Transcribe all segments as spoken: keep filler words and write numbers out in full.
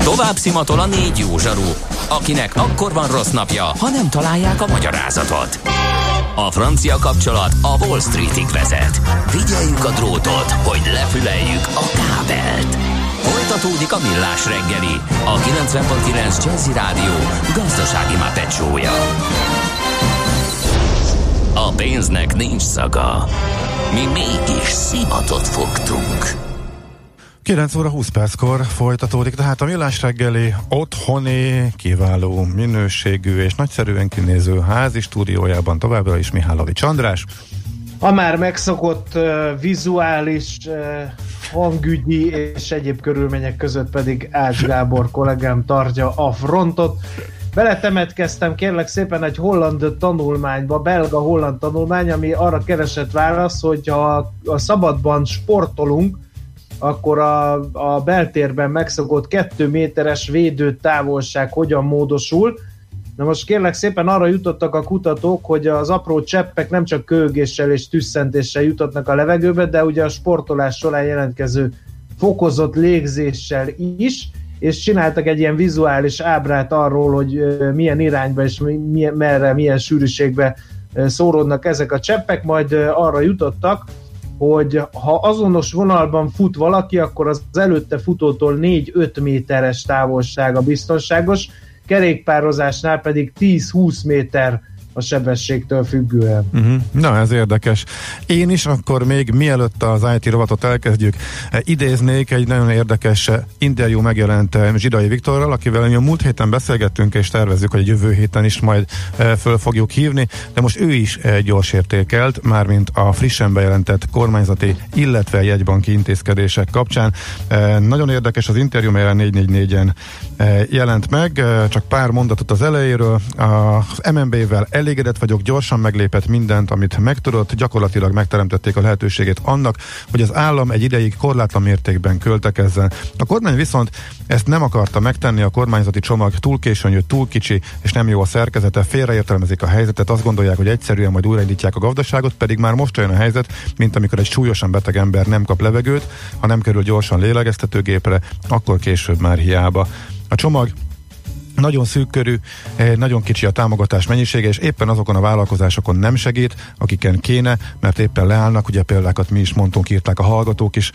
Tovább szimatol a négy jó zsaru, akinek akkor van rossz napja, ha nem találják a magyarázatot. A francia kapcsolat a Wall Streetig vezet. Figyeljük a drótot, hogy lefüleljük a kábelt. Folytatódik a Millás reggeli, a kilencven pont kilenc Jazzy Rádió gazdasági mápecsója. A pénznek nincs szaga. Mi mégis szimatot fogtunk. kilenc óra húsz perckor folytatódik, tehát a Millás reggeli otthoni, kiváló minőségű és nagyszerűen kinéző házi stúdiójában továbbra is Mihálovics András. A már megszokott uh, vizuális, uh, hangügyi és egyéb körülmények között pedig Ács Gábor kollégám tartja a frontot. Beletemetkeztem kérlek szépen egy holland tanulmányba, belga-holland tanulmány, ami arra keresett válasz, hogy ha a szabadban sportolunk, akkor a, a beltérben megszokott kettő méteres védőtávolság hogyan módosul. Na most kérlek szépen arra jutottak a kutatók, hogy az apró cseppek nem csak köhögéssel és tüsszentéssel jutatnak a levegőbe, de ugye a sportolás során jelentkező fokozott légzéssel is, és csináltak egy ilyen vizuális ábrát arról, hogy milyen irányba és milyen, merre, milyen sűrűségbe szóródnak ezek a cseppek, majd arra jutottak, hogy ha azonos vonalban fut valaki, akkor az előtte futótól négy-öt méteres távolság a biztonságos, kerékpározásnál pedig tíz-húsz méter a sebességtől függően. Uh-huh. Na, ez érdekes. Én is akkor még mielőtt az i té rovatot elkezdjük, idéznék egy nagyon érdekes interjú megjelent Zsidai Viktorral, akivel mi a múlt héten beszélgettünk, és tervezzük, hogy jövő héten is majd föl fogjuk hívni, de most ő is gyors értékelt, mármint a frissen bejelentett kormányzati, illetve jegybanki intézkedések kapcsán. Nagyon érdekes az interjú, melyre négy négy négyen jelent meg, csak pár mondatot az elejéről. Az em en bé-vel elégedett vagyok, gyorsan meglépett mindent, amit megtudott, gyakorlatilag megteremtették a lehetőségét annak, hogy az állam egy ideig korlátlan mértékben költekezzen. A kormány viszont ezt nem akarta megtenni, a kormányzati csomag túl későn jött, túl kicsi, és nem jó a szerkezete, félreértelmezik a helyzetet, azt gondolják, hogy egyszerűen majd újraindítják a gazdaságot, pedig már most olyan a helyzet, mint amikor egy súlyosan beteg ember nem kap levegőt, ha nem kerül gyorsan lélegeztetőgépre, akkor később már hiába. A csomag nagyon szűk körű, nagyon kicsi a támogatás mennyisége, és éppen azokon a vállalkozásokon nem segít, akiken kéne, mert éppen leállnak, ugye példákat mi is mondtunk, írták a hallgatók is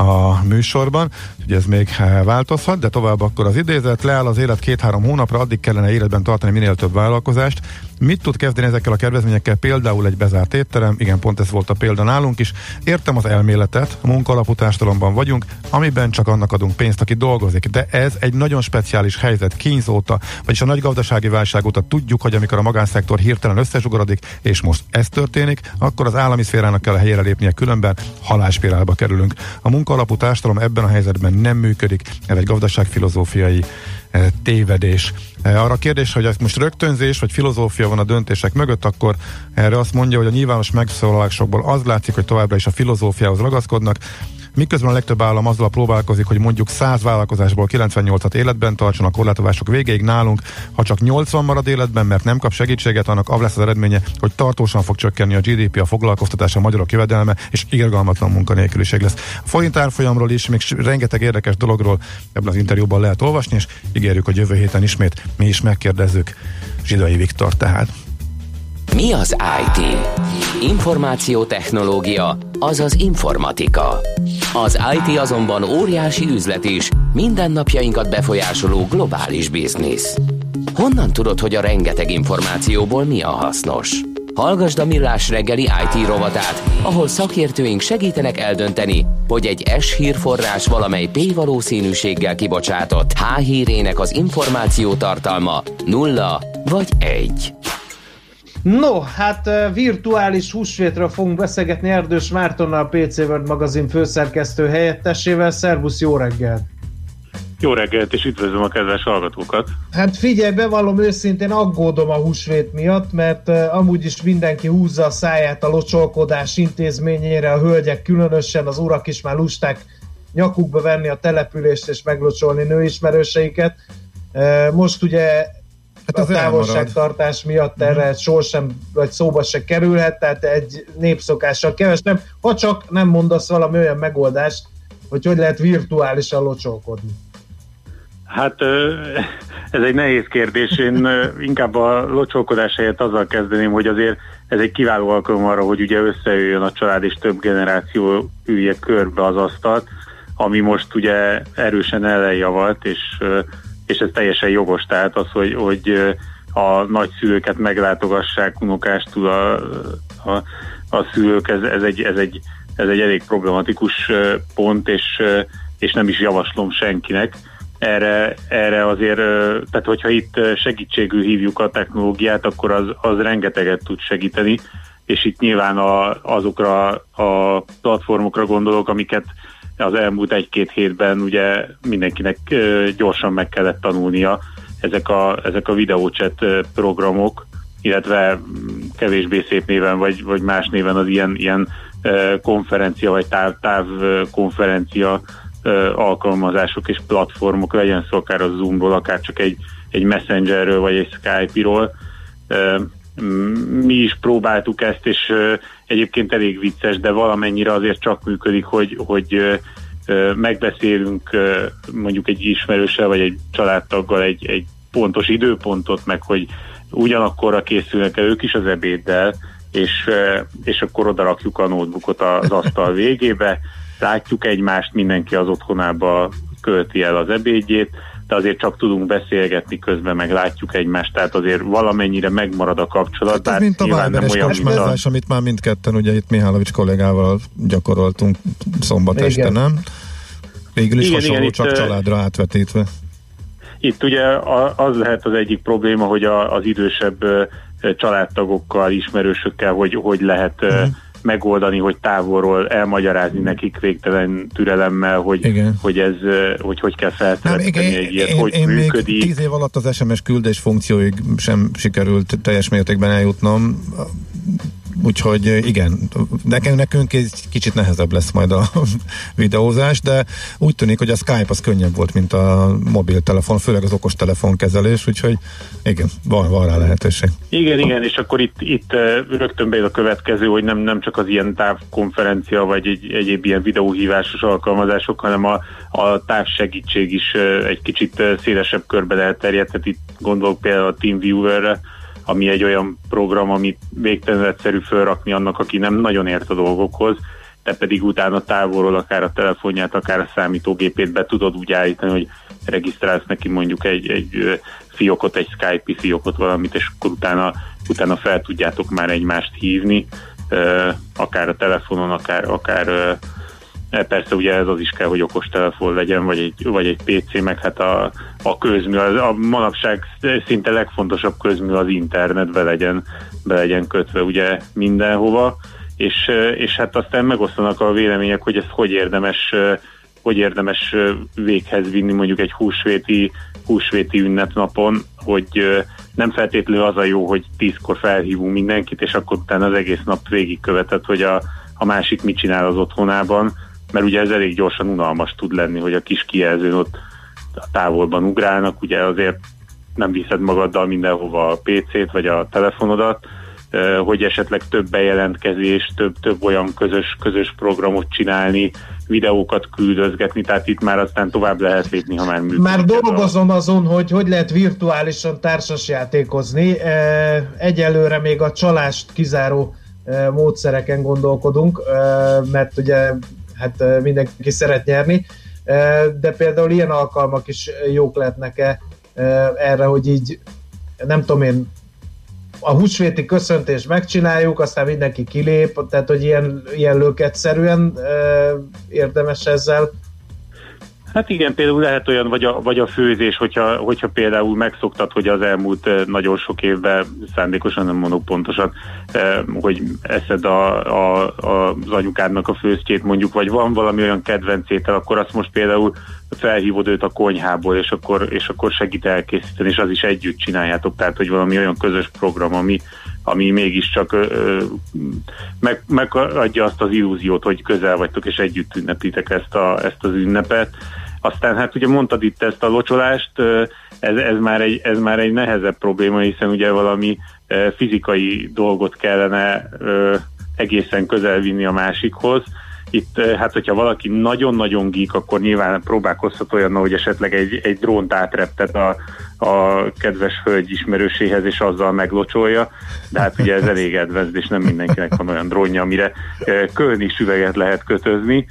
a műsorban, ugye ez még változhat, de tovább akkor az idézet, leáll az élet két-három hónapra, addig kellene életben tartani minél több vállalkozást. Mit tud kezdeni ezekkel a kedvezményekkel? Például egy bezárt étterem, igen, pont ez volt a példa nálunk is. Értem az elméletet, a munkalapú társadalomban vagyunk, amiben csak annak adunk pénzt, aki dolgozik, de ez egy nagyon speciális helyzet, kínzóta, vagyis a nagy gazdasági válság óta tudjuk, hogy amikor a magánszektor hirtelen összezsugorodik, és most ez történik, akkor az állami szférának kell a helyére lépnie, különben halálspirálba kerülünk. A munkalapú társadalom ebben a helyzetben nem működik, ez egy gazdaságfilozófiai tévedés. Arra a kérdés, hogy ez most rögtönzés vagy filozófia van a döntések mögött, akkor erre azt mondja, hogy a nyilvános megszólalásokból az látszik, hogy továbbra is a filozófiához ragaszkodnak, miközben a legtöbb állam azzal próbálkozik, hogy mondjuk száz vállalkozásból kilencvennyolcat életben tartson a korlátozások végéig, nálunk, ha csak nyolcvan marad életben, mert nem kap segítséget, annak az lesz az eredménye, hogy tartósan fog csökkenni a gé dé pé, a foglalkoztatás, a magyarok jövedelme, és irgalmatlan munkanélküliség lesz. A forint árfolyamról is, még rengeteg érdekes dologról ebben az interjúban lehet olvasni, és ígérjük, hogy jövő héten ismét mi is megkérdezzük Zsidai Viktor tehát. Mi az i té? Információtechnológia, azaz informatika. Az i té azonban óriási üzlet is, mindennapjainkat befolyásoló globális biznisz. Honnan tudod, hogy a rengeteg információból mi a hasznos? Hallgasd a Millás reggeli i té rovatát, ahol szakértőink segítenek eldönteni, hogy egy S hírforrás valamely P valószínűséggel kibocsátott H hírének az információ tartalma nulla vagy egy. No, hát virtuális húsvétről fogunk beszélgetni Erdős Mártonnal, a pé cé World magazin főszerkesztő helyettesével. Szervusz, jó reggelt! Jó reggelt, és üdvözlöm a kedves hallgatókat! Hát figyelj, bevallom őszintén, aggódom a húsvét miatt, mert uh, amúgy is mindenki húzza a száját a locsolkodás intézményére, a hölgyek különösen, az urak is már lusták nyakukba venni a települést és meglocsolni nőismerőseiket. Uh, most ugye hát a távolságtartás miatt erre sor sem, vagy szóba se kerülhet, tehát egy népszokással kevesebb, ha csak nem mondasz valami olyan megoldást, hogy hogy lehet virtuálisan locsolkodni. Hát ez egy nehéz kérdés. Én inkább a locsolkodás helyett azzal kezdeném, hogy azért ez egy kiváló alkalom arra, hogy ugye összejöjjön a család és több generáció ülje körbe az asztalt, ami most ugye erősen ellenjavalt, és, és ez teljesen jogos, tehát az, hogy, hogy a nagyszülőket meglátogassák unokástul a, a, a szülők, ez, ez, egy, ez, egy, ez egy elég problematikus pont, és, és nem is javaslom senkinek. Erre, erre azért, tehát hogyha itt segítségül hívjuk a technológiát, akkor az, az rengeteget tud segíteni, és itt nyilván a, azokra a platformokra gondolok, amiket az elmúlt egy-két hétben ugye mindenkinek gyorsan meg kellett tanulnia, ezek a, ezek a videóchat programok, illetve kevésbé szép néven, vagy, vagy más néven az ilyen, ilyen konferencia, vagy táv, távkonferencia alkalmazások és platformok, legyen szó akár a Zoomról, akár csak egy, egy Messengerről, vagy egy Skype-ról. Mi is próbáltuk ezt, és egyébként elég vicces, de valamennyire azért csak működik, hogy, hogy megbeszélünk mondjuk egy ismerőssel, vagy egy családtaggal egy, egy pontos időpontot, meg hogy ugyanakkorra készülnek el ők is az ebéddel, és, és akkor oda rakjuk a notebookot az asztal végébe, látjuk egymást, mindenki az otthonába költi el az ebédjét, de azért csak tudunk beszélgetni közben, meg látjuk egymást, tehát azért valamennyire megmarad a kapcsolat. Hát ez mint a Viber-es kapcsolódás, amit már mindketten, ugye itt Mihálovics kollégával gyakoroltunk szombat este, nem? Végül is igen, hasonló, igen, csak itt, családra átvetítve. Itt ugye az lehet az egyik probléma, hogy az idősebb családtagokkal, ismerősökkel, hogy, hogy lehet uh-huh. megoldani, hogy távolról elmagyarázni nekik végtelen türelemmel, hogy, hogy ez, hogy hogy kell feltelepíteni egy ilyet, én, hogy én működik. Még tíz év alatt az es em es küldés funkcióig sem sikerült teljes mértékben eljutnom, úgyhogy igen, nekünk, nekünk egy kicsit nehezebb lesz majd a videózás, de úgy tűnik, hogy a Skype az könnyebb volt, mint a mobiltelefon, főleg az okostelefon kezelés, úgyhogy igen, van, van rá lehetőség. Igen, igen, és akkor itt, itt rögtön bejön a következő, hogy nem, nem csak az ilyen távkonferencia, vagy egy, egyéb ilyen videóhívásos alkalmazások, hanem a, a távsegítség is egy kicsit szélesebb körbe elterjedhet. Itt gondolok például a TeamViewer-re, ami egy olyan program, amit végtelenül egyszerű felrakni annak, aki nem nagyon ért a dolgokhoz, te pedig utána távolról akár a telefonját, akár a számítógépét be tudod úgy állítani, hogy regisztrálsz neki mondjuk egy, egy fiókot, egy Skype-i fiókot, valamit, és akkor utána, utána fel tudjátok már egymást hívni, akár a telefonon, akár, akár persze ugye ez az is kell, hogy okostelefon legyen, vagy egy, vagy egy pé cé, meg hát a, a közmű, a, a manapság szinte legfontosabb közmű az internet, be legyen, be legyen kötve ugye mindenhova, és, és hát aztán megosztanak a vélemények, hogy ez hogy érdemes, hogy érdemes véghez vinni mondjuk egy húsvéti, húsvéti ünnepnapon, hogy nem feltétlenül az a jó, hogy tízkor felhívunk mindenkit, és akkor utána az egész nap végigkövetett, hogy a, a másik mit csinál az otthonában, mert ugye ez elég gyorsan unalmas tud lenni, hogy a kis kijelzőn ott a távolban ugrálnak, ugye azért nem viszed magaddal mindenhova a pé cét vagy a telefonodat, hogy esetleg több bejelentkezés, több, több olyan közös, közös programot csinálni, videókat küldözgetni, tehát itt már aztán tovább lehet lépni, ha már működik. Már dolgozom azon, hogy hogy lehet virtuálisan társasjátékozni. Egyelőre még a csalást kizáró módszereken gondolkodunk, mert ugye hát mindenki szeret nyerni, de például ilyen alkalmak is jók lehetnek-e erre, hogy így nem tudom én, a húsvéti köszöntést megcsináljuk, aztán mindenki kilép, tehát hogy ilyen, ilyen löketszerűen érdemes ezzel. Hát igen, például lehet olyan, vagy a, vagy a főzés, hogyha, hogyha például megszoktad, hogy az elmúlt nagyon sok évben, szándékosan nem mondok pontosan, hogy eszed a, a, a, az anyukádnak a főztjét mondjuk, vagy van valami olyan kedvenc étel, akkor azt most például felhívod őt a konyhából, és akkor, és akkor segít elkészíteni, és az is együtt csináljátok, tehát hogy valami olyan közös program, ami, ami mégiscsak ö, meg, megadja azt az illúziót, hogy közel vagytok, és együtt ünneplitek ezt, a, ezt az ünnepet. Aztán hát ugye mondtad itt ezt a locsolást, ez, ez, már egy, ez már egy nehezebb probléma, hiszen ugye valami fizikai dolgot kellene egészen közel vinni a másikhoz, itt hát hogyha valaki nagyon-nagyon geek, akkor nyilván próbálkozhat olyan, hogy esetleg egy, egy drónt átreptet a, a kedves hölgy ismerőséhez, és azzal meglocsolja, de hát ugye ez elég advanced, és nem mindenkinek van olyan drónja, amire kölni süveget lehet kötözni.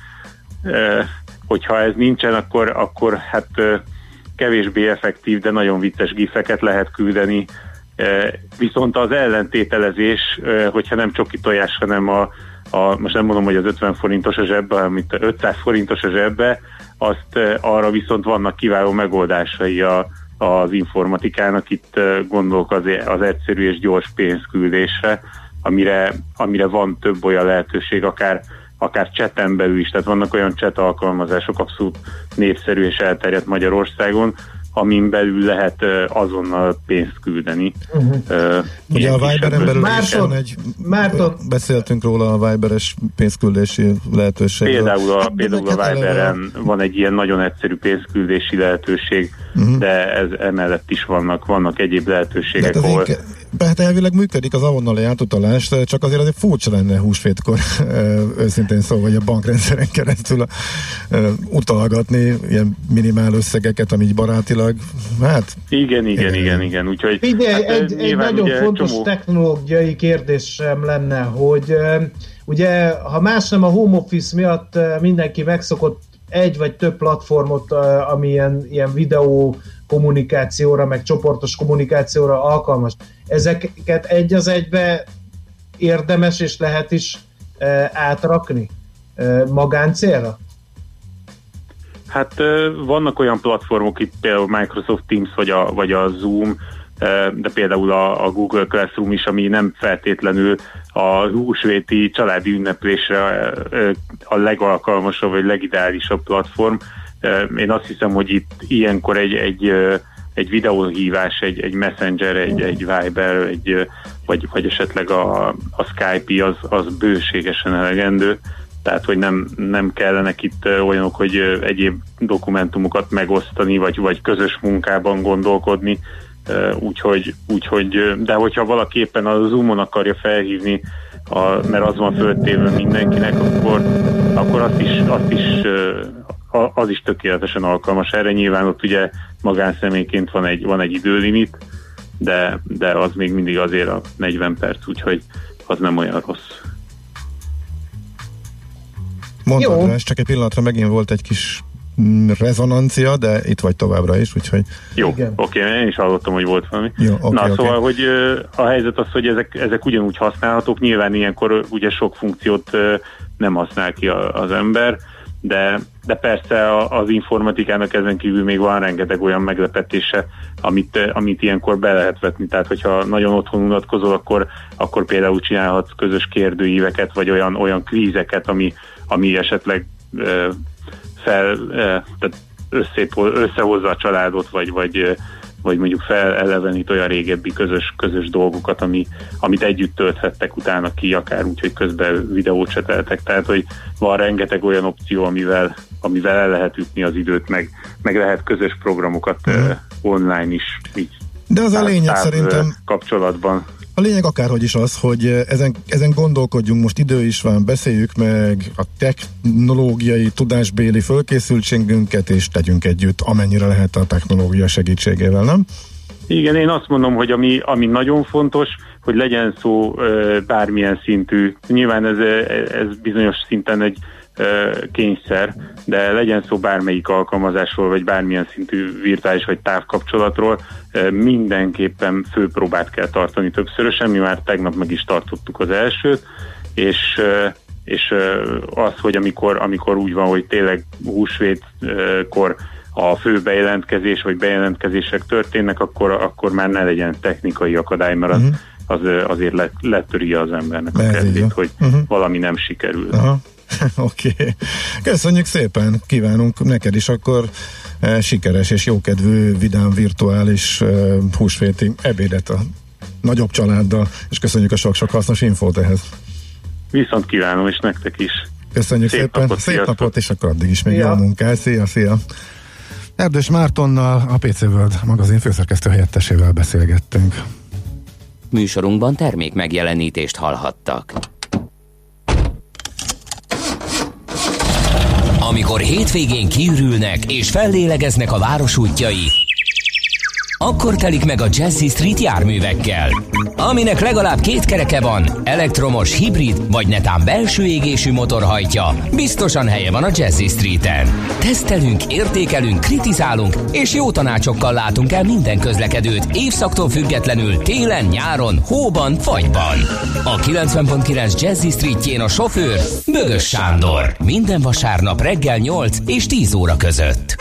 Hogyha ez nincsen, akkor, akkor hát kevésbé effektív, de nagyon vicces gifeket lehet küldeni. Viszont az ellentételezés, hogyha nem csoki tojás, hanem a, a, most nem mondom, hogy az ötven forintos a zsebbe, amit ötszáz forintos a zsebbe, azt arra viszont vannak kiváló megoldásai a, az informatikának. Itt gondolok az, az egyszerű és gyors pénzküldésre, amire, amire van több olyan lehetőség, akár akár chaten belül is, tehát vannak olyan chat alkalmazások, abszolút népszerű és elterjedt Magyarországon, amin belül lehet uh, azonnal pénzt küldeni. Uh-huh. Uh, Ugye a Viberen belül Márton, egy, Márton. beszéltünk róla a Viberes pénzküldési lehetőségről. Például a, hát, például a Viberen a... van egy ilyen nagyon egyszerű pénzküldési lehetőség, uh-huh. de ez emellett is vannak, vannak egyéb lehetőségek, ahol... Inke... Hát elvileg működik az avonnali átutalás, csak azért azért furcsa lenne húsvétkor őszintén szóval, hogy a bankrendszeren keresztül utalgatni ilyen minimál összegeket, ami így barátilag, hát... Igen, igen, igen, igen, igen. Úgyhogy... Figyelj, hát, egy, egy nagyon ugye, fontos csomó... technológiai kérdésem lenne, hogy ugye, ha más nem a home office miatt mindenki megszokott egy vagy több platformot, ami ilyen, ilyen videó kommunikációra, meg csoportos kommunikációra alkalmas. Ezeket egy az egybe érdemes és lehet is e, átrakni e, magáncélra? Hát e, vannak olyan platformok, itt például Microsoft Teams vagy a, vagy a Zoom, e, de például a, a Google Classroom is, ami nem feltétlenül a húsvéti családi ünneplésre e, a legalkalmasabb vagy legideálisabb platform. Én azt hiszem, hogy itt ilyenkor egy, egy, egy videóhívás, egy, egy Messenger, egy, egy Viber, egy, vagy, vagy esetleg a, a Skype az, az bőségesen elegendő. Tehát, hogy nem, nem kellenek itt olyanok, hogy egyéb dokumentumokat megosztani, vagy, vagy közös munkában gondolkodni. Úgyhogy, úgyhogy, de hogyha valaki éppen a Zoomon akarja felhívni, a, mert az van föltéve mindenkinek, akkor, akkor azt is, azt is az is tökéletesen alkalmas erre. Nyilván ott ugye magánszemélyként van egy, van egy időlimit, de, de az még mindig azért a negyven perc, úgyhogy az nem olyan rossz. Mondtad, csak egy pillanatra megint volt egy kis rezonancia, de itt vagy továbbra is, úgyhogy... Jó, oké, okay, én is hallottam, hogy volt valami. Jó, okay, Na, okay. Szóval, hogy a helyzet az, hogy ezek, ezek ugyanúgy használhatók, nyilván ilyenkor ugye sok funkciót nem használ ki az ember, de, de persze az informatikának ezen kívül még van rengeteg olyan meglepetése, amit, amit ilyenkor be lehet vetni. Tehát, hogyha nagyon otthon unatkozol, akkor, akkor például csinálhatsz közös kérdőíveket, vagy olyan, olyan kvízeket, ami, ami esetleg e, fel, e, tehát összép, összehozza a családot, vagy, vagy, vagy mondjuk felelevenít olyan régebbi közös, közös dolgokat, ami, amit együtt tölthettek utána ki, akár úgy, hogy közben videócseteltek. Tehát, hogy van rengeteg olyan opció, amivel, amivel el lehet ütni az időt, meg, meg lehet közös programokat mm. uh, online is így. De az táv, a lényeg szerintem kapcsolatban. A lényeg akárhogy is az, hogy ezen, ezen gondolkodjunk, most idő is van, beszéljük meg a technológiai, tudásbéli fölkészültségünket, és tegyünk együtt, amennyire lehet a technológia segítségével, nem? Igen, én azt mondom, hogy ami, ami nagyon fontos, hogy legyen szó e, bármilyen szintű, nyilván ez, ez bizonyos szinten egy e, kényszer, de legyen szó bármelyik alkalmazásról, vagy bármilyen szintű virtuális vagy távkapcsolatról, e, mindenképpen főpróbát kell tartani többszörösen, mi már tegnap meg is tartottuk az elsőt, és e, és az, hogy amikor, amikor úgy van, hogy tényleg húsvétkor a fő bejelentkezés vagy bejelentkezések történnek, akkor, akkor már ne legyen technikai akadály, mert az, az azért let, letöri az embernek a kezét, hogy uh-huh. valami nem sikerül. Aha. Oké. Okay. Köszönjük szépen, kívánunk neked is akkor eh, sikeres és jókedvű, vidám, virtuális eh, húsvéti ebédet a nagyobb családdal, és köszönjük a sok-sok hasznos infót ehhez. Viszont kívánom, és nektek is. Köszönjük szép szépen, napot, szép sziasztok. Napot, és akkor addig is még jó munkát. Szia, szia! Erdős Mártonnal, a pé cé World magazin főszerkesztő helyettesével beszélgettünk. Műsorunkban termék megjelenítést hallhattak. Amikor hétvégén kiürülnek és fellélegeznek a város útjai, akkor telik meg a Jazzy Street járművekkel. Aminek legalább két kereke van, elektromos, hibrid vagy netán belső égésű motor hajtja, biztosan helye van a Jazzy Streeten. Tesztelünk, értékelünk, kritizálunk és jó tanácsokkal látunk el minden közlekedőt évszaktól függetlenül télen, nyáron, hóban, fagyban. A kilencven pont kilenc Jazzy Streetjén a sofőr Bögös Sándor. Minden vasárnap reggel nyolc és tíz óra között.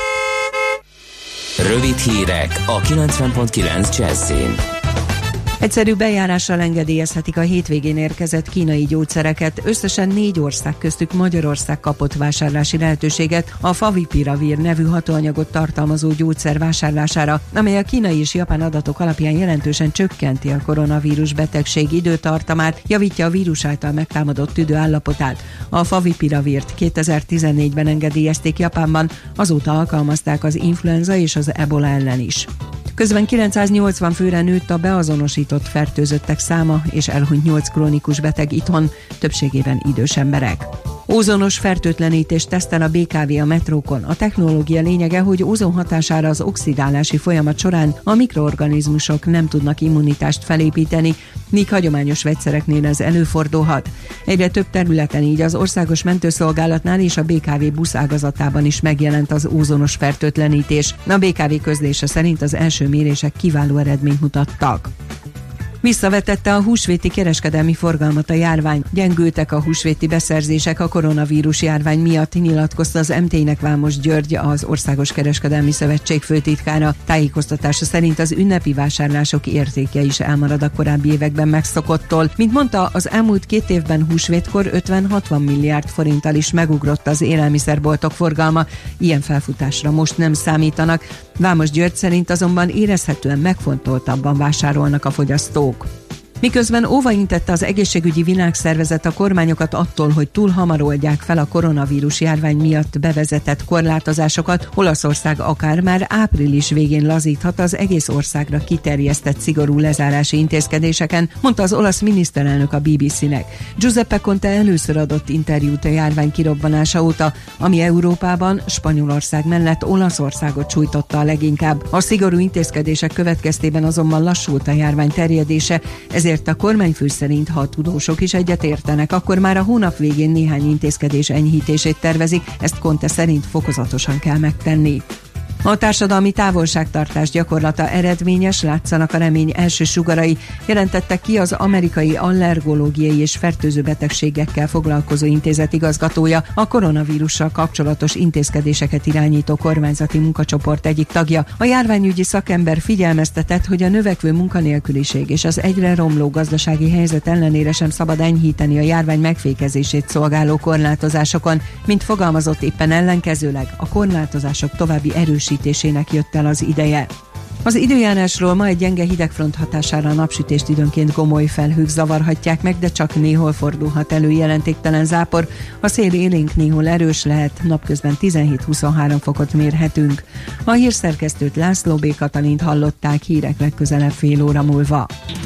Rövid hírek a kilencven pont kilenc Jazzyn. Egyszerű bejárással engedélyezhetik a hétvégén érkezett kínai gyógyszereket. Összesen négy ország, köztük Magyarország kapott vásárlási lehetőséget a Favipiravir nevű hatóanyagot tartalmazó gyógyszer vásárlására, amely a kínai és japán adatok alapján jelentősen csökkenti a koronavírus betegség időtartamát, javítja a vírus által megtámadott tüdő állapotát. A Favipiravirt kétezer-tizennégyben engedélyezték Japánban, azóta alkalmazták az influenza és az ebola ellen is. Közben kilencszáznyolcvan főre nőtt a beazonosított fertőzöttek száma, és elhunyt nyolc krónikus beteg itthon, többségében idős emberek. Ózonos fertőtlenítést tesztel a bé ká vé a metrókon. A technológia lényege, hogy ózon hatására az oxidálási folyamat során a mikroorganizmusok nem tudnak immunitást felépíteni, míg hagyományos vegyszereknél ez előfordulhat. Egyre több területen, így az Országos Mentőszolgálatnál és a bé ká vé busz ágazatában is megjelent az ózonos fertőtlenítés. A bé ká vé közlése szerint az első mérések kiváló eredményt mutattak. Visszavetette a húsvéti kereskedelmi forgalmat a járvány. Gyengültek a húsvéti beszerzések a koronavírus járvány miatt, nyilatkozta az em té-nek Vámos György, az Országos Kereskedelmi Szövetség főtitkára. Tájékoztatása szerint az ünnepi vásárlások értéke is elmarad a korábbi években megszokottól. Mint mondta, az elmúlt két évben húsvétkor ötven-hatvan milliárd forinttal is megugrott az élelmiszerboltok forgalma. Ilyen felfutásra most nem számítanak. Vámos György szerint azonban érezhetően megfontoltabban vásárolnak a fogyasztók. Miközben óvaintette az Egészségügyi Világszervezet a kormányokat attól, hogy túl hamar oldják fel a koronavírus járvány miatt bevezetett korlátozásokat, Olaszország akár már április végén lazíthat az egész országra kiterjesztett szigorú lezárási intézkedéseken, mondta az olasz miniszterelnök a bé bé cé-nek. Giuseppe Conte először adott interjút a járvány kirobbanása óta, ami Európában Spanyolország mellett Olaszországot sújtotta a leginkább. A szigorú intézkedések következtében azonban lassult a járvány terjedése, ezért Ezért a kormányfő szerint, ha a tudósok is egyetértenek, akkor már a hónap végén néhány intézkedés enyhítését tervezik, ezt Conte szerint fokozatosan kell megtenni. A társadalmi távolságtartás gyakorlata eredményes, látszanak a remény első sugarai, jelentette ki az amerikai allergológiai és fertőző betegségekkel foglalkozó intézet igazgatója, a koronavírussal kapcsolatos intézkedéseket irányító kormányzati munkacsoport egyik tagja. A járványügyi szakember figyelmeztetett, hogy a növekvő munkanélküliség és az egyre romló gazdasági helyzet ellenére sem szabad enyhíteni a járvány megfékezését szolgáló korlátozásokon, mint fogalmazott, éppen ellenkezőleg a korlátozások további erős jött el az ideje. Az időjárásról: ma egy gyenge hidegfront hatására a napsütést időnként gomoly felhők zavarhatják meg, de csak néhol fordulhat elő jelentéktelen zápor. A szél élénk, néhol erős lehet, napközben tizenhét-huszonhárom fokot mérhetünk. A hírszerkesztőt, László B. Katalint hallották, hírek legközelebb fél óra múlva.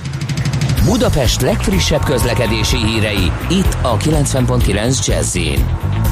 Budapest legfrissebb közlekedési hírei, itt a kilencven pont kilenc Jazzyn.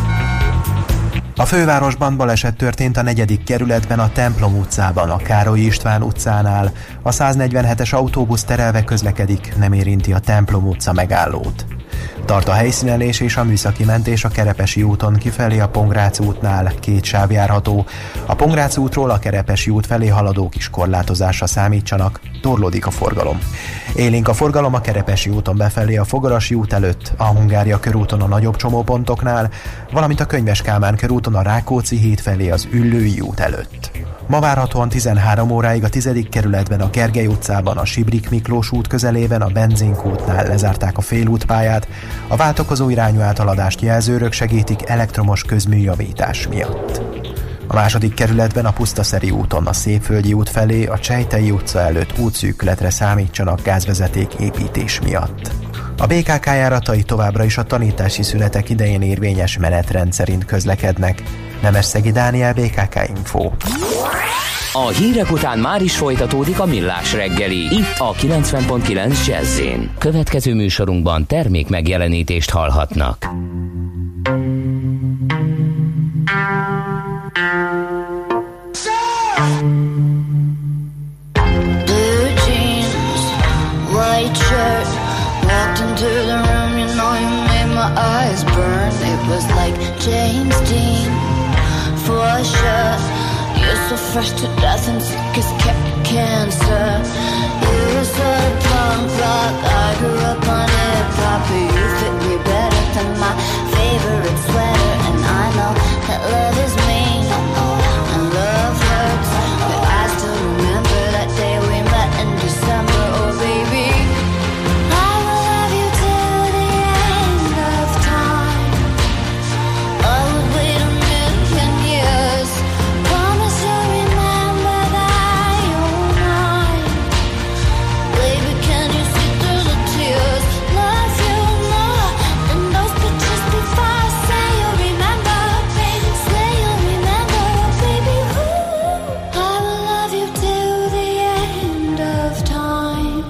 A fővárosban baleset történt a negyedik kerületben, a Templom utcában, a Károly István utcánál. A száznegyvenhetes autóbusz terelve közlekedik, nem érinti a Templom utca megállót. Tart a helyszínelés és a műszaki mentés a Kerepesi úton kifelé a Pongrác útnál, két sáv járható. A Pongrác útról a Kerepesi út felé haladók is korlátozásra számítsanak, torlódik a forgalom. Élénk a forgalom a Kerepesi úton befelé a Fogarasi út előtt, a Hungária körúton a nagyobb csomópontoknál, valamint a Könyves Kálmán körúton a Rákóczi híd felé az Üllői út előtt. Ma várhatóan tizenhárom óráig a tizedik kerületben, a Gergely utcában, a Sibrik Miklós út közelében, a Benzinkútnál lezárták a félútpályát, a váltakozó irányú áthaladást jelzőrök segítik elektromos közműjavítás miatt. A második kerületben, a Pusztaszeri úton, a Szépföldi út felé, a Csejtei utca előtt útszűkületre számítsanak gázvezeték építés miatt. A bé ká ká járatai továbbra is a tanítási szünetek idején érvényes menetrend szerint közlekednek. Nemesszegi Dániel, bé ká ká Info. A hírek után már is folytatódik a Millás reggeli, itt a kilencven pont kilenc Jazzyn. Következő műsorunkban termék megjelenítést hallhatnak. so fresh to death and sick as ca- cancer. You're a sort of punk rock, I grew up on hip-hop, but you fit me better than my favorite sweater. And I know that love is mean and love hurts, but I still remember that day we met in December. Oh baby, I will love you till the end of time. I would wait a million years. Promise you'll remember that you're mine. Baby, can you see through the tears? Love you more than those pictures before. Say you'll remember, baby. Say you'll remember, baby. Ooh, I will love you till the end of time.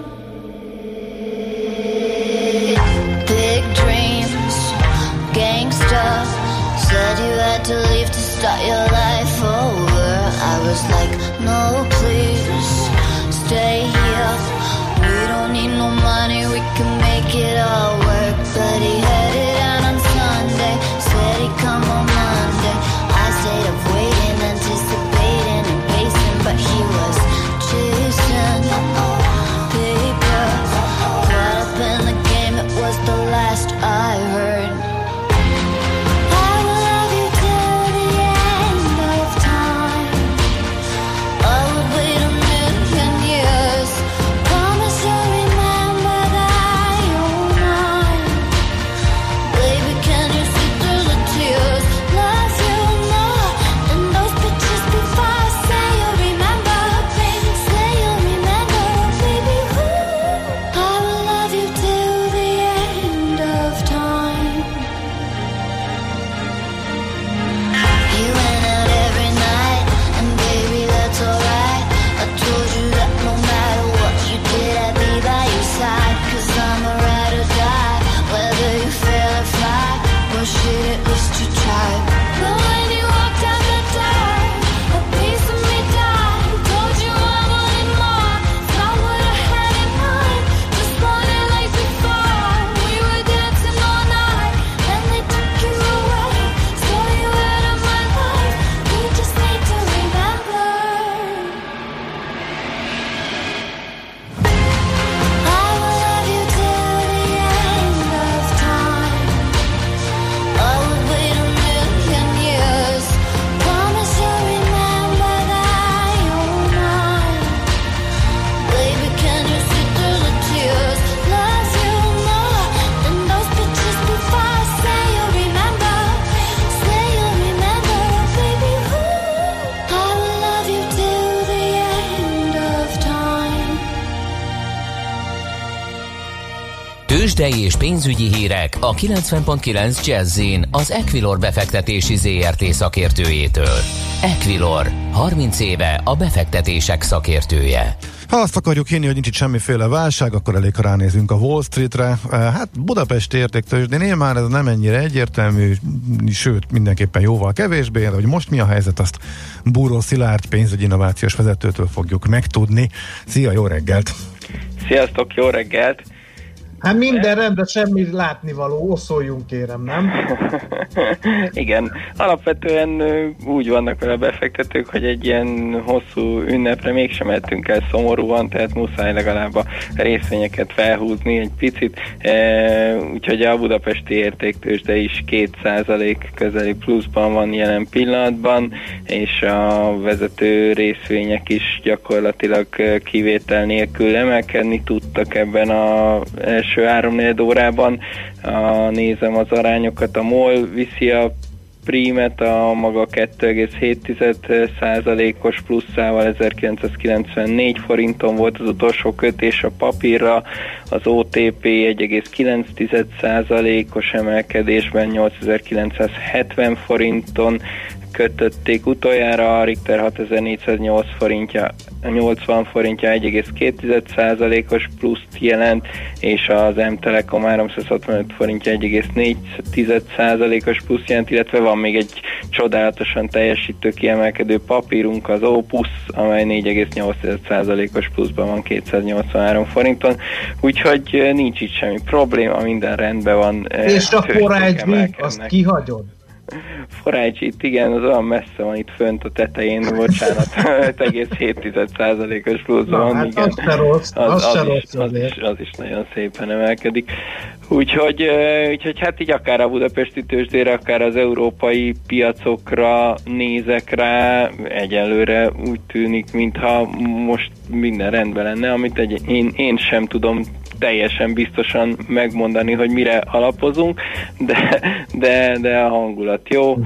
Big dreams, gangsta. Said you had to leave to start your life over. I was like, no, please, stay here. We don't need no money, we can make it all work. But he headed out on Sunday, said he'd come on Monday. I stayed up waiting, anticipating and pacing, but he was chasing paper. Caught up in the game, it was the last I heard. I will love you till the end of time. I would wait a million years. Promise you'll remember that you're mine. Baby, can you see through the tears? Love you more than those pictures before. Say you'll remember, baby. Say you'll remember, baby. Ooh, I will love you till the end of time. You went out every night, and baby, that's alright. I told you that no matter what you did, I'd be by your side. Cause I'm a ride or die, whether you fail or fly. Well, shit, at least you tried. But when you walked out the door, a piece of me died. Told you I wanted more, not what I had in mind. Just wanted like before. We were dancing all night, then they took you away. Stole you out of my life. You just need to remember. I will love you till the end of time. I would wait a million years. Promise you'll remember that you're mine. Baby, can you see through the tears? Love you more than those pictures before. Say you'll remember, say you'll remember, baby. Ooh, I will love you till the end of time. Tőzsdei és pénzügyi hírek a kilencven pont kilenc Jazz-in az Equilor befektetési zé er té szakértőjétől. Equilor, harminc éve a befektetések szakértője. Ha azt akarjuk hinni, hogy nincs itt semmiféle válság, akkor elég, ha ránézünk a Wall Streetre. Hát Budapesti értéktőzsdénél már ez nem ennyire egyértelmű, sőt mindenképpen jóval kevésbé, de hogy most mi a helyzet, azt Búró Szilárd pénzügyi innovációs vezetőtől fogjuk megtudni. Szia, jó reggelt! Sziasztok, jó reggelt! Hát minden rendben, semmi látnivaló, oszoljunk kérem, nem? Igen, alapvetően úgy vannak vele a befektetők, hogy egy ilyen hosszú ünnepre mégsem mehetünk el szomorúan, tehát muszáj legalább a részvényeket felhúzni egy picit, e, úgyhogy a budapesti értéktőzsde is két százalék közeli pluszban van jelen pillanatban, és a vezető részvények is gyakorlatilag kivétel nélkül emelkedni tudtak ebben az első háromnegyed órában. A, nézem az arányokat, a MOL viszi a prímet a maga kettő egész hét százalékos pluszával, ezerkilencszázkilencvennégy forinton volt az utolsó kötés a papírra, az o té pé egy egész kilenc százalékos emelkedésben nyolcezer-kilencszázhetven forinton kötötték utoljára, a Richter hatezer-négyszáznyolc forintja, nyolcvan forintja egy egész két százalékos pluszt jelent, és az M-Telekom háromszázhatvanöt forintja egy egész négy százalékos plusz jelent, illetve van még egy csodálatosan teljesítő kiemelkedő papírunk, az Opus, amely négy egész nyolc százalékos pluszban van kétszáznyolcvanhárom forinton, úgyhogy nincs itt semmi probléma, minden rendben van. És a Forage, azt kihagyod? Forágy itt, igen, az olyan messze van itt fönt a tetején, bocsánat, öt egész hét százalékos plusz van, hát igen. Az se rossz, az, az, az, az, rossz is, az, is, az is nagyon szépen emelkedik. Úgyhogy, úgyhogy hát így akár a budapesti tőzsdére, akár az európai piacokra nézek rá, egyelőre úgy tűnik, mintha most minden rendben lenne, amit egy, én, én sem tudom teljesen biztosan megmondani, hogy mire alapozunk, de, de, de a hangulat jó, uh-huh.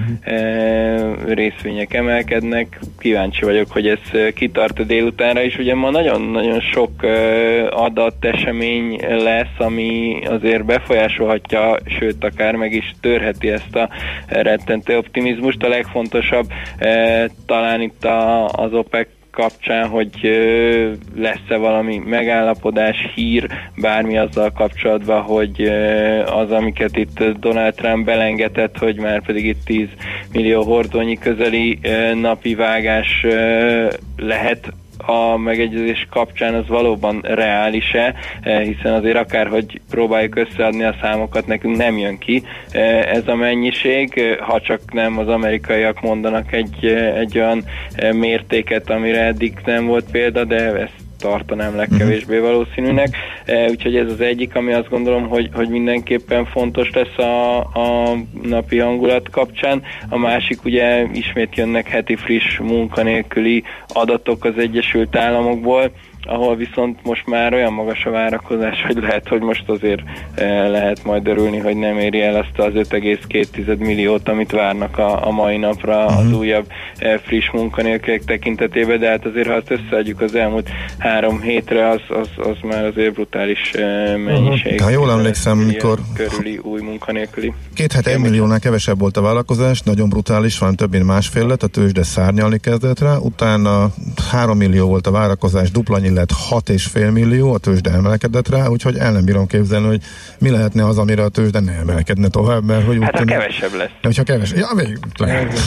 e, részvények emelkednek, kíváncsi vagyok, hogy ez kitart a délutánra, és ugye ma nagyon-nagyon sok adat, esemény lesz, ami azért befolyásolhatja, sőt, akár meg is törheti ezt a rettentő optimizmust. A legfontosabb e, talán itt a, az OPEC kapcsán, hogy ö, lesz-e valami megállapodás, hír, bármi azzal kapcsolatban, hogy ö, az, amiket itt Donald Trump belengetett, hogy már pedig itt tíz millió hordónyi közeli ö, napi vágás ö, lehet a megegyezés kapcsán, az valóban reális-e, hiszen azért akárhogy próbáljuk összeadni a számokat, nekünk nem jön ki ez a mennyiség, ha csak nem az amerikaiak mondanak egy, egy olyan mértéket, amire eddig nem volt példa, de ezt tartanám legkevésbé valószínűnek. Úgyhogy ez az egyik, ami azt gondolom, hogy, hogy mindenképpen fontos lesz a, a napi hangulat kapcsán. A másik, ugye ismét jönnek heti friss munkanélküli adatok az Egyesült Államokból, ahol viszont most már olyan magas a várakozás, hogy lehet, hogy most azért lehet majd örülni, hogy nem éri el azt az öt egész két milliót, amit várnak a, a mai napra uh-huh. az újabb friss munkanélküliek tekintetében, de hát azért, ha azt összeadjuk az elmúlt három hétre, az, az, az már azért brutális mennyiség. Uh-huh. Ha jól emlékszem, mikor körüli új munkanélküli. Két hete egy milliónál kevesebb volt a vállalkozás, nagyon brutális, van több mint másfél lett, a tőzsde szárnyalni kezdett rá, utána három millió volt a várakozás, duplannyi lett hat és fél millió, a tőzsde emelkedett rá, úgyhogy el nem bírom képzelni, hogy mi lehetne az, amire a tőzsde ne emelkedne tovább, mert hogy hát úgy ha kevesebb lesz. De hogyha kevesebb, ja, még lehet.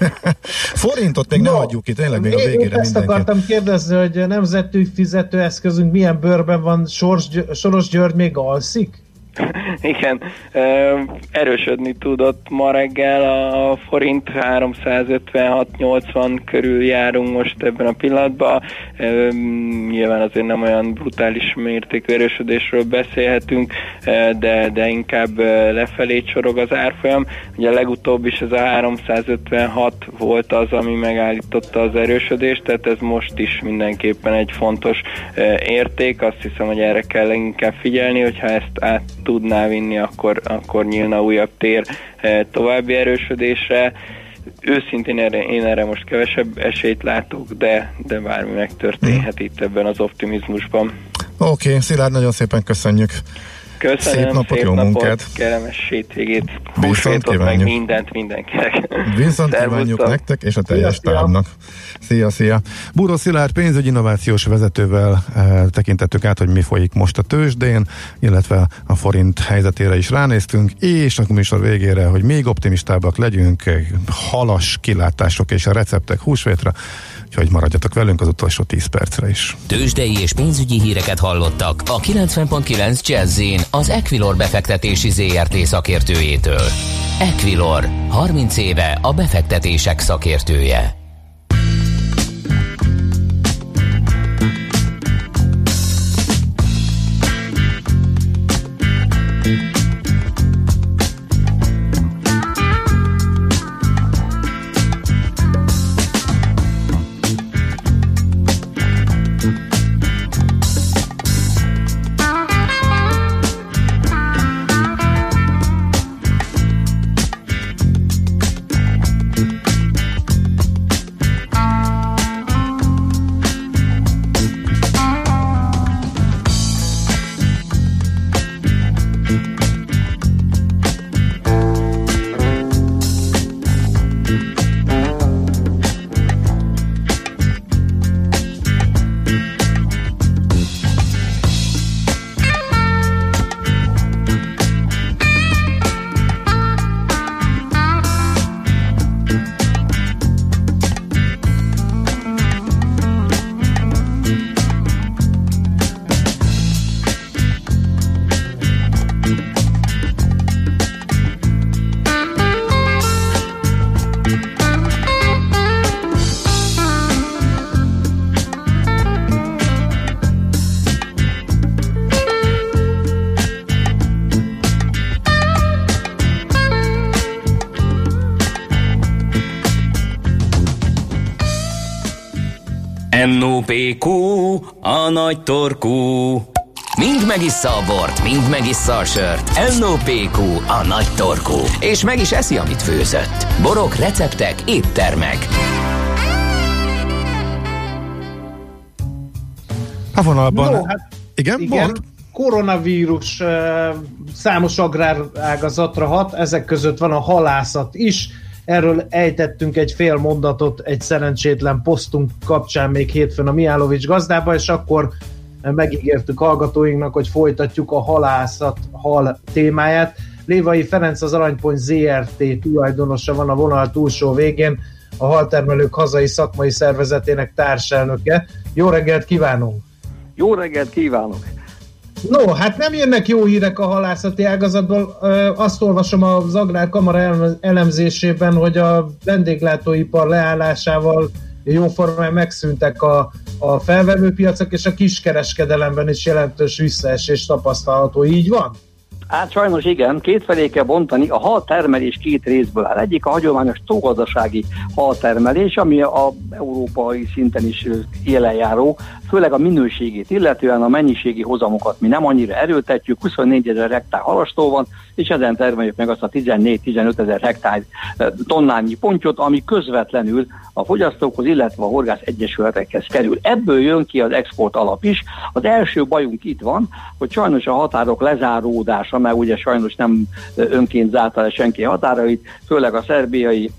Forintot még no, ne hagyjuk ki, tényleg még a végére mindenki. Ezt akartam kérdezni, hogy nemzeti fizetőeszközünk milyen bőrben van, Sors, Soros György még alszik? Igen, erősödni tudott ma reggel, a forint háromszázötvenhat nyolcvan körül járunk most ebben a pillanatban. Nyilván azért nem olyan brutális mértékű erősödésről beszélhetünk, de, de inkább lefelé csorog az árfolyam. Ugye a legutóbb is ez a háromszázötvenhat volt az, ami megállította az erősödést, tehát ez most is mindenképpen egy fontos érték. Azt hiszem, hogy erre kell inkább figyelni, hogyha ezt át tudná vinni, akkor, akkor nyílna újabb tér további erősödésre. Őszintén erre, én erre most kevesebb esélyt látok, de, de bármi megtörténhet mm. itt ebben az optimizmusban. Oké, okay, Szilárd, nagyon szépen köszönjük. Köszönöm, szép napot, szép jó napot, munkát. Kellemes hétvégét, húsvétot, meg mindent mindenkinek. Viszont kívánjuk nektek és a teljes tábnak. Szia, szia. Búró Szilárd pénzügyi innovációs vezetővel e, tekintettük át, hogy mi folyik most a tőzsdén, illetve a forint helyzetére is ránéztünk, és a műsor végére, hogy még optimistábbak legyünk, halas kilátások és a receptek húsvétra, úgyhogy maradjatok velünk az utolsó tíz percre is. Tőzsdei és pénzügyi híreket hallottak a kilencven pont kilenc Jazz-in az Equilor befektetési zé er té szakértőjétől. Equilor, harminc éve a befektetések szakértője. en o pé kú, a nagy torkú. Mind megissza a bort, mind megissza a sört. en o pé kú, a nagy torkú. És meg is eszi, amit főzött. Borok, receptek, éttermek. A vonalban... No, hát igen, igen mond? Koronavírus számos agrárágazatra hat, ezek között van a halászat is. Erről ejtettünk egy fél mondatot egy szerencsétlen posztunk kapcsán még hétfőn a Mihálovics gazdába, és akkor megígértük hallgatóinknak, hogy folytatjuk a halászat hal témáját. Lévai Ferenc, az Aranypont zé er té tulajdonosa van a vonal túlsó végén, a haltermelők hazai szakmai szervezetének társelnöke. Jó reggelt kívánunk! Jó reggelt kívánok! No, hát nem jönnek jó hírek a halászati ágazatból. Azt olvasom az Agrárkamara elemzésében, hogy a vendéglátóipar leállásával jóformán megszűntek a, a felvevőpiacok, és a kiskereskedelemben is jelentős visszaesés tapasztalható. Így van? Hát sajnos igen, kétfelé kell bontani. A haltermelés két részből áll. Egyik a hagyományos tógazdasági haltermelés, ami a európai szinten is élenjáró, főleg a minőségét, illetően a mennyiségi hozamokat mi nem annyira erőltetjük, huszonnégyezer hektár halastó van, és ezen termeljük meg azt a tizennégy-tizenöt ezer hektár tonnányi pontyot, ami közvetlenül a fogyasztókhoz, illetve a horgász egyesületekhez kerül. Ebből jön ki az export alap is. Az első bajunk itt van, hogy sajnos a határok lezáródása, mert ugye sajnos nem önként zárta le senki határait, főleg a szerbiai,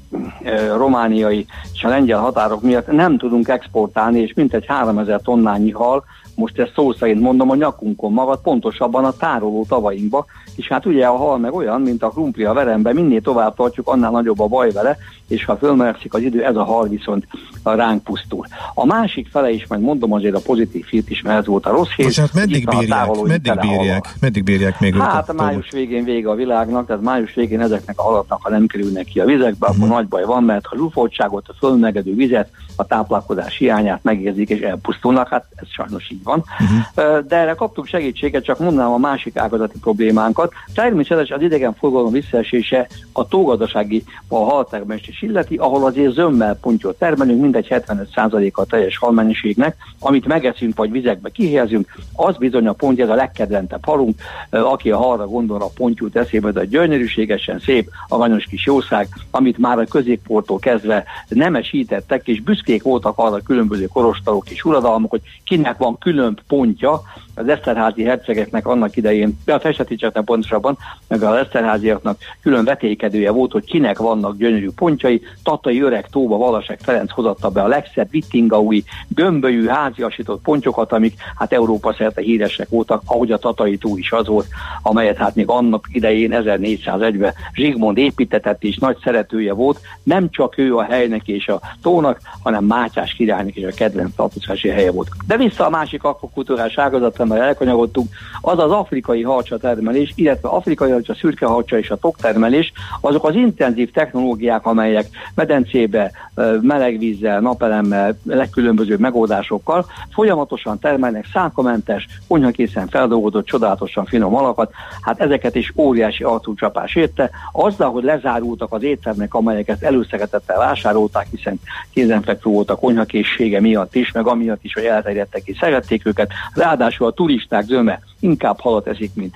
romániai és a lengyel határok miatt nem tudunk exportálni, és mintegy háromezer tonnányi hal, most ezt szó szerint mondom, a nyakunkon magad, pontosabban a tároló tavainkba, és hát ugye a hal meg olyan, mint a krumpli a verembe, minél tovább tartjuk, annál nagyobb a baj vele, és ha fölmelegszik az idő, ez a hal viszont ránk pusztul. A másik fele is, majd mondom azért a pozitív hírt is, mert ez volt a rossz hír. És hát meddig bírják? Meddig bírják? Meddig bírják még Hát a május végén vége a világnak, tehát május végén ezeknek a halaknak, ha nem kerülnek ki a vizekbe, uh-huh. akkor nagy baj van, mert a zsúfoltságot, a fölmegedő vizet, a táplálkozás hiányát megérzik és elpusztulnak, hát ez sajnos így van. Uh-huh. De erre kaptunk segítséget, csak mondanám a másik ágazati problémánkat. Természetesen az idegenforgalom visszaesése a tógazdasági, a haltermelést is illeti, ahol azért zömmel pontyot termelünk, mindegy hetvenöt százaléka a teljes halmennyiségnek, amit megeszünk vagy vizekbe kihelyezünk, az bizony a pontja, ez a legkedventebb halunk, aki a halra gondol, a pontyút eszébe, de a gyönyörűségesen szép, aranyos kis jószág, amit már a középkortól kezdve nemesítettek, és büszkék voltak arra különböző korostalok és uradalmak, hogy kinek van külön pontja, az Eszterházy hercegeknek annak idején, de a Festeticsaknak pontosabban, meg az Eszterháziaknak külön vetékedője volt, hogy kinek vannak gyönyörű pontjai. Tatai öreg Tóba Valaság Ferenc hozatta be a legszebb vittingaui, gömbölyű, háziasított pontyokat, amik hát Európa szerte híresek voltak, ahogy a Tatai tó is az volt, amelyet hát még annak idején ezernégyszázegyben Zsigmond építetett és nagy szeretője volt. Nem csak ő a helynek és a tónak, hanem Mátyás királynak is a kedvenc tartózkodási helye volt. De vissza a másik akvakultúrás ágazatra, mert elkanyagodtunk, az az afrikai harcsa termelés, illetve afrikai harcsa, szürke harcsa és a toktermelés, azok az intenzív technológiák, amelyek medencébe, melegvízzel, napelemmel, legkülönbözőbb megoldásokkal folyamatosan termelnek szánkamentes, konyhakészen feldolgozott, csodálatosan finom halakat, hát ezeket is óriási arcúcsapás érte. Azzal, hogy lezárultak az éttermek, amelyeket előszeretettel vásárolták, hiszen kézenfekvő volt a konyhakészsége miatt is, meg amiatt is, hogy elterjedtek és szerették őket, ráadásul a turisták zöme inkább halat eszik, mint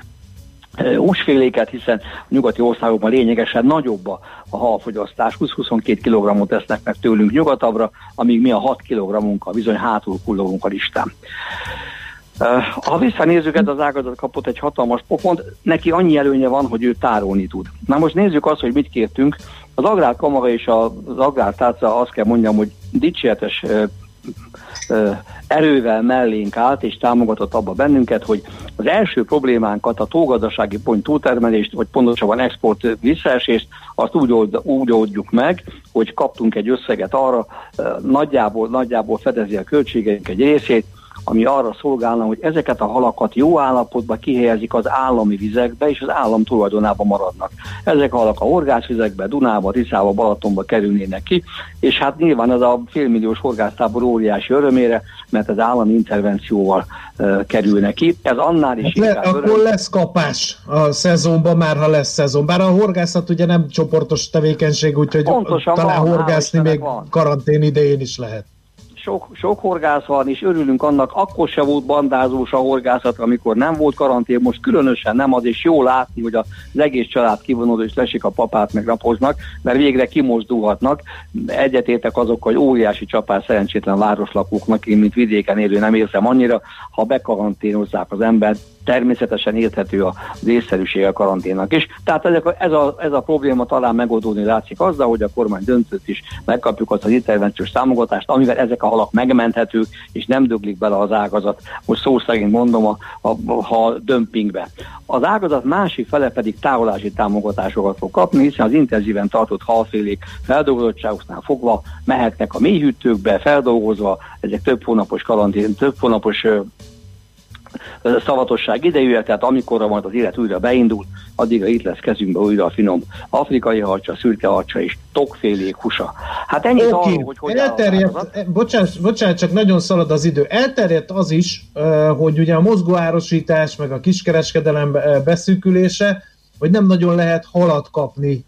húsféléket, hiszen a nyugati országokban lényegesen nagyobb a, a halfogyasztás, húsz-huszonkettő kilogrammot esznek meg tőlünk nyugatabbra, amíg mi a hat kilogrammunkkal bizony hátul kullogunk a listán. Ha visszanézzük, ez az ágazat kapott egy hatalmas pofont, neki annyi előnye van, hogy ő tárolni tud. Na most nézzük azt, hogy mit kértünk. Az Agrárkamara és az Agrártárca, azt kell mondjam, hogy dicséretes erővel mellénk állt és támogatott abba bennünket, hogy az első problémánkat, a tógazdasági pont túltermelést, vagy pontosabban export visszaesést, azt úgy, old, úgy oldjuk meg, hogy kaptunk egy összeget arra, nagyjából, nagyjából fedezi a költségeink egy részét, ami arra szolgálna, hogy ezeket a halakat jó állapotban kihelyezik az állami vizekbe, és az állam tulajdonában maradnak. Ezek a halak a horgászvizekbe, Dunába, Tiszába, Balatonba kerülnének ki, és hát nyilván ez a félmilliós horgásztábor óriási örömére, mert az állami intervencióval uh, kerülnek ki. Ez annál is Le, akkor öröm. Lesz kapás a szezonban, már ha lesz szezon. Bár a horgászat ugye nem csoportos tevékenység, úgyhogy pontosan talán van, horgászni még van. Karantén idején is lehet. sok, sok horgász van, és örülünk annak, akkor se volt bandázós a horgászat, amikor nem volt karantén, most különösen nem az, és jó látni, hogy az egész család kivonul, és lesik a papát, meg napoznak, mert végre kimozdulhatnak. Egyetértek azokkal, hogy óriási csapás szerencsétlen városlakóknak, én mint vidéken élő nem érzem annyira, ha bekaranténozzák az embert, természetesen érthető az észszerűség a karanténnak is. Tehát ez a, ez, a, ez a probléma talán megoldódni látszik azzal, hogy a kormány döntött is, megkapjuk azt az intervenciós támogatást, amivel ezek a halak megmenthetők, és nem döglik bele az ágazat, most szó szerint mondom, a, a, a dömpingbe. Az ágazat másik fele pedig távolási támogatásokat fog kapni, hiszen az intenzíven tartott halfélék feldolgozottságoknál fogva mehetnek a mélyhűtőkbe, feldolgozva, ezek több hónapos karantén, több hónapos szavatosság idejűje, tehát amikorra majd az élet újra beindul, addigra itt lesz kezünkbe újra a finom afrikai harcsa, szürke harcsa és tokfélék húsa. Hát ennyit okay. arról, hogy hogy elterjedt, bocsánat, bocsánat, csak nagyon szalad az idő. Elterjedt az is, hogy ugye a mozgóárosítás, meg a kiskereskedelem beszűkülése, hogy nem nagyon lehet halat kapni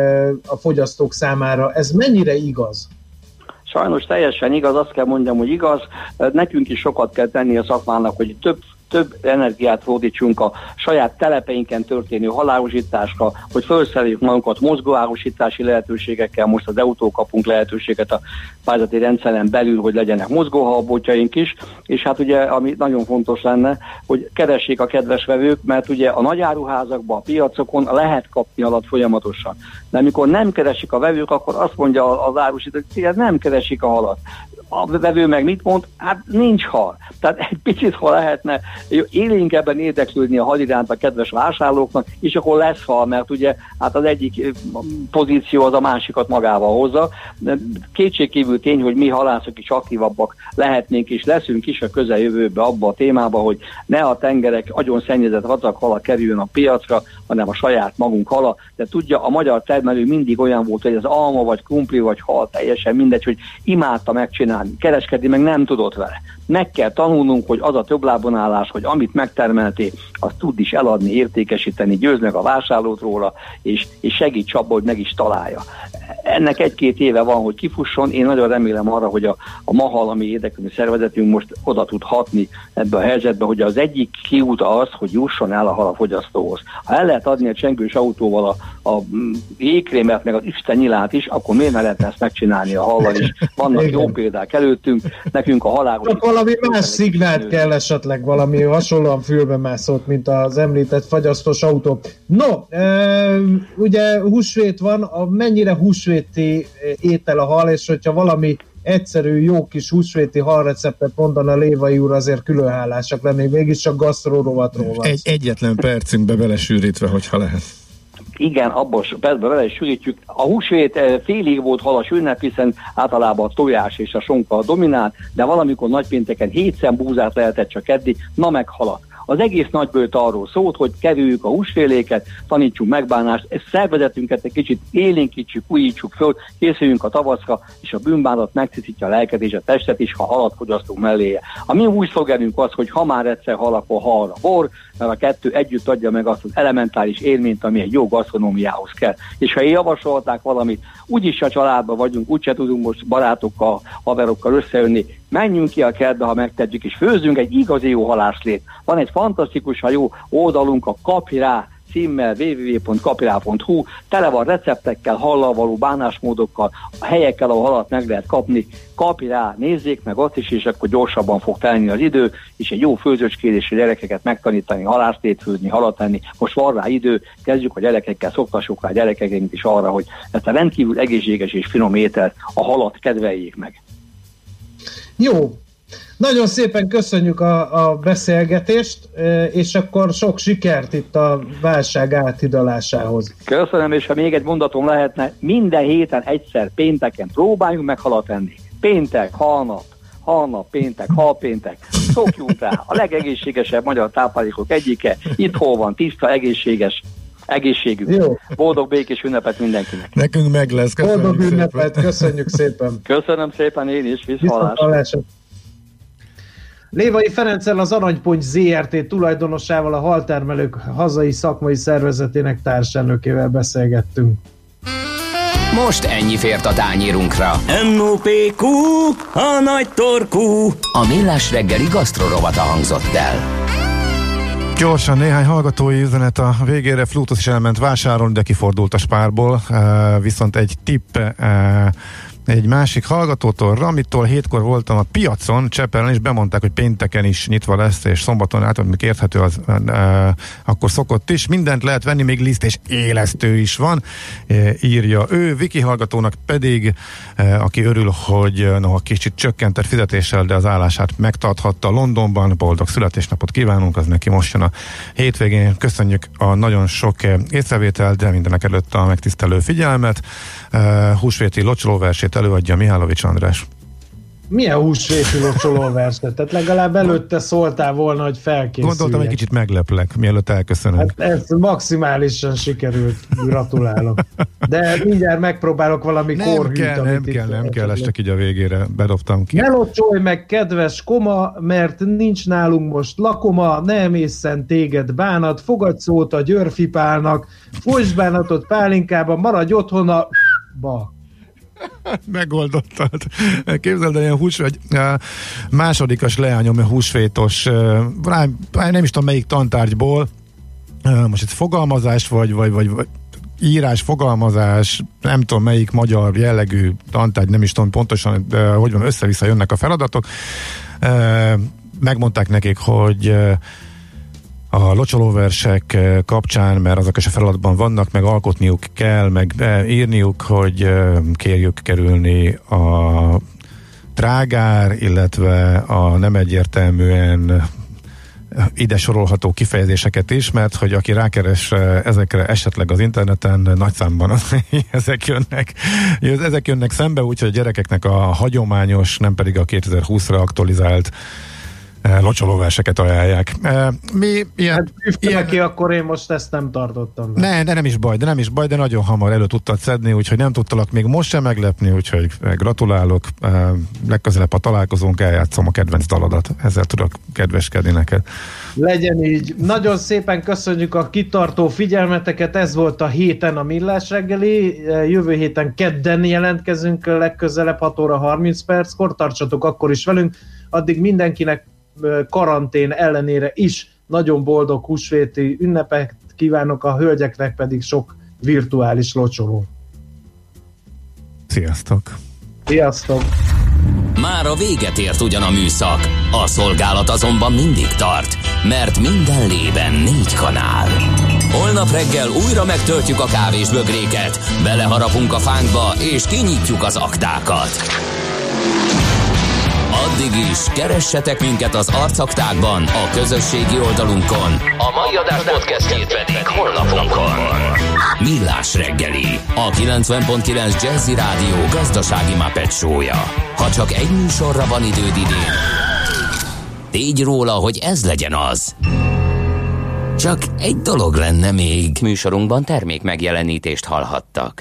a fogyasztók számára. Ez mennyire igaz? Sajnos teljesen igaz, azt kell mondjam, hogy igaz. Nekünk is sokat kell tenni a szakmának, hogy több több energiát fordítsunk a saját telepeinken történő halárosításra, hogy felszereljük magunkat mozgóárosítási lehetőségekkel, most az autó kapunk lehetőséget a pályázati rendszeren belül, hogy legyenek mozgóhalbotjaink is, és hát ugye, ami nagyon fontos lenne, hogy keressék a kedves vevők, mert ugye a nagyáruházakban, a piacokon lehet kapni halat folyamatosan. De amikor nem keresik a vevők, akkor azt mondja az árusító, hogy nem keresik a halat. A vevő meg mit mond? Hát nincs hal. Tehát egy picit, ha lehetne élénkebben érdeklődni a hal iránt a kedves vásárlóknak, és akkor lesz hal, mert ugye hát az egyik pozíció az a másikat magával hozza. Kétségkívül tény, hogy mi halászok is aktívabbak lehetnénk, és leszünk is a közeljövőben abba a témába, hogy ne a tengerek agyon szennyezett vacak hala kerüljön a piacra, hanem a saját magunk hala. De tudja, a magyar termelő mindig olyan volt, hogy az alma, vagy krumpli, vagy hal, teljesen mindegy, hogy imádta megcsinálni. Kereskedni meg nem tudott vele. Meg kell tanulnunk, hogy az a többlábonállás, hogy amit megtermelté, azt tud is eladni, értékesíteni, győz meg a vásárlót róla, és, és segíts abba, hogy meg is találja. Ennek egy-két éve van, hogy kifusson. Én nagyon remélem arra, hogy a, a MAHAL, ami érdeklődő szervezetünk most oda tud hatni ebbe a helyzetbe, hogy az egyik kiút az, hogy jusson el a hal a fogyasztóhoz. Ha el lehet adni a csengős autóval a, a jégkrémet, meg az Isten nyilát is, akkor miért ne lehetne ezt megcsinálni a hallal is? Vannak jó példák előttünk, nekünk a halálos... Csak valami más szignált kell esetleg, valami hasonlóan fülbe mászott, mint az említett fagyasztós autó. No, e, ugye húsvét van, a mennyire húsvéti étel a hal, és hogyha valami egyszerű, jó kis húsvéti halreceptet mondana Lévai úr, azért külön hálásak lennék, mégiscsak gasztrorovatról van. Egy, egyetlen percünkbe belesűrítve, hogyha lehet. Igen, abban percben vele is sűrítjük. A húsvét félig volt halas ünnep, hiszen általában a tojás és a sonka dominált, de valamikor nagypénteken hétszer búzát lehetett csak eddig, na meg halat. Az egész nagybőt arról szólt, hogy kerüljük a húsféléket, tanítsunk megbánást, ezt szervezetünket egy kicsit élénkítsük, újítsuk föl, készüljünk a tavaszra, és a bűnbánat megtisztítja a lelket és a testet is, ha halat fogyasztunk melléje. A mi új szlogenünk az, hogy ha már egyszer hal, akkor halra bor, mert a kettő együtt adja meg azt az elementáris élményt, ami egy jó gasztronómiához kell. És ha én javasolták valamit, úgyis a családban vagyunk, úgyse tudunk most barátokkal, haverokkal összejönni, menjünk ki a kertbe, ha megtegyük, és főzzünk egy igazi jó halászlét. Van egy fantasztikus, jó oldalunk, a Kapirá címmel double-u double-u double-u pont kapirá pont hu, tele van receptekkel, hallal való bánásmódokkal, a helyekkel, ahol halat meg lehet kapni. Kapirá, nézzék meg azt is, és akkor gyorsabban fog telni az idő, és egy jó főzőskérésű gyerekeket megtanítani, halászlét főzni, halat tenni. Most van rá idő, kezdjük a gyerekekkel, szoktassuk rá a gyerekeket is arra, hogy ezt a rendkívül egészséges és finom ételt, a halat kedveljék meg. Jó, nagyon szépen köszönjük a, a beszélgetést, és akkor sok sikert itt a válság áthidalásához. Köszönöm, és ha még egy mondatom lehetne, minden héten egyszer pénteken próbáljunk meg halat enni. Péntek, halnap, halnap, péntek, halpéntek. Szokjunk rá, a legegészségesebb magyar táplálékok egyike, itt hol van, tiszta, egészséges egészségük. Jó. Boldog, békés ünnepet mindenkinek. Nekünk meg lesz. Köszönjük Boldog szépen. ünnepet, köszönjük szépen. Köszönöm szépen én is, viszontlátásra. Lévai Ferenccel, az Aranyponty zé er té tulajdonosával, a haltermelők hazai szakmai szervezetének társelnökével beszélgettünk. Most ennyi fért a tányérunkra. em o pé kú, a nagy torkú. A Millás reggeli gasztrorovata hangzott el. Gyorsan néhány hallgatói üzenet a végére. Flutus is elment vásárolni, de kifordult a Spárból. Uh, viszont egy tipp uh, egy másik hallgatótól, Ramitól, hétkor voltam a piacon Csepelen, és bemondták, hogy pénteken is nyitva lesz, és szombaton, hát amik érthető, az e, akkor szokott is. Mindent lehet venni, még liszt és élesztő is van, e, írja ő. Viki hallgatónak pedig, e, aki örül, hogy noha kicsit csökkentett fizetéssel, de az állását megtarthatta Londonban. Boldog születésnapot kívánunk, az neki most jön a hétvégén. Köszönjük a nagyon sok észrevételt, de mindenek előtt a megtisztelő figyelmet. E, húsvéti locsolóversét előadja Mihálovics András. Milyen húsvéti locsolóverset? Tehát legalább előtte szóltál volna, hogy felkészüljek. Gondoltam, egy kicsit megleplek, mielőtt elköszönünk. Hát ez maximálisan sikerült, gratulálok. De mindjárt megpróbálok valami nem korhűt. Kell, nem kell, nem kell, ezt csak így a végére bedobtam ki. Ne locsolj meg, kedves koma, mert nincs nálunk most lakoma, ne emészen téged bánat, fogadj szót a Győrfipálnak, folytsd bánatot pálinkába, maradj otthon a ba. Megoldottad. Képzeld el, ilyen hús, vagy másodikas leányom, húsvétos, nem is tudom melyik tantárgyból, most itt fogalmazás, vagy, vagy, vagy, vagy írás, fogalmazás, nem tudom melyik magyar jellegű tantárgy, nem is tudom pontosan, de hogy van, össze-vissza jönnek a feladatok. Megmondták nekik, hogy a locsolóversek kapcsán, mert azok is a feladatban vannak, meg alkotniuk kell, meg írniuk, hogy kérjük kerülni a trágár, illetve a nem egyértelműen ide sorolható kifejezéseket is, mert hogy aki rákeres ezekre esetleg az interneten, nagy számban ezek jönnek, ezek jönnek szembe, úgyhogy a gyerekeknek a hagyományos, nem pedig a kétezer-húszra aktualizált locsolóverseket ajánlják. Mi ilyen... Hát, ilyen... ki, akkor én most ezt nem tartottam. Ne, de nem is baj, de nem is baj, de nagyon hamar elő tudtad szedni, úgyhogy nem tudtalak még most sem meglepni, úgyhogy gratulálok. Legközelebb, ha találkozunk, eljátszom a kedvenc dalodat. Ezzel tudok kedveskedni neked. Legyen így. Nagyon szépen köszönjük a kitartó figyelmeteket. Ez volt a héten a Millás reggeli. Jövő héten kedden jelentkezünk legközelebb hat óra harminc perckor. Tartsatok akkor is velünk. Addig mindenkinek karantén ellenére is nagyon boldog húsvéti ünnepet kívánok, a hölgyeknek pedig sok virtuális locsoló. Sziasztok! Sziasztok! Már a véget ért ugyan a műszak, a szolgálat azonban mindig tart, mert minden lében négy kanál. Holnap reggel újra megtöltjük a kávésbögréket, beleharapunk a fánkba és kinyitjuk az aktákat. Addig is keressetek minket az arcaktákban, a közösségi oldalunkon. A mai adás podcastjét pedig honlapunkon. Millás reggeli, a kilencven pont kilenc Jazzy Rádió gazdasági Muppet show-ja. Ha csak egy műsorra van időd idén, tégy róla, hogy ez legyen az. Csak egy dolog lenne még. Műsorunkban termék megjelenítést hallhattak.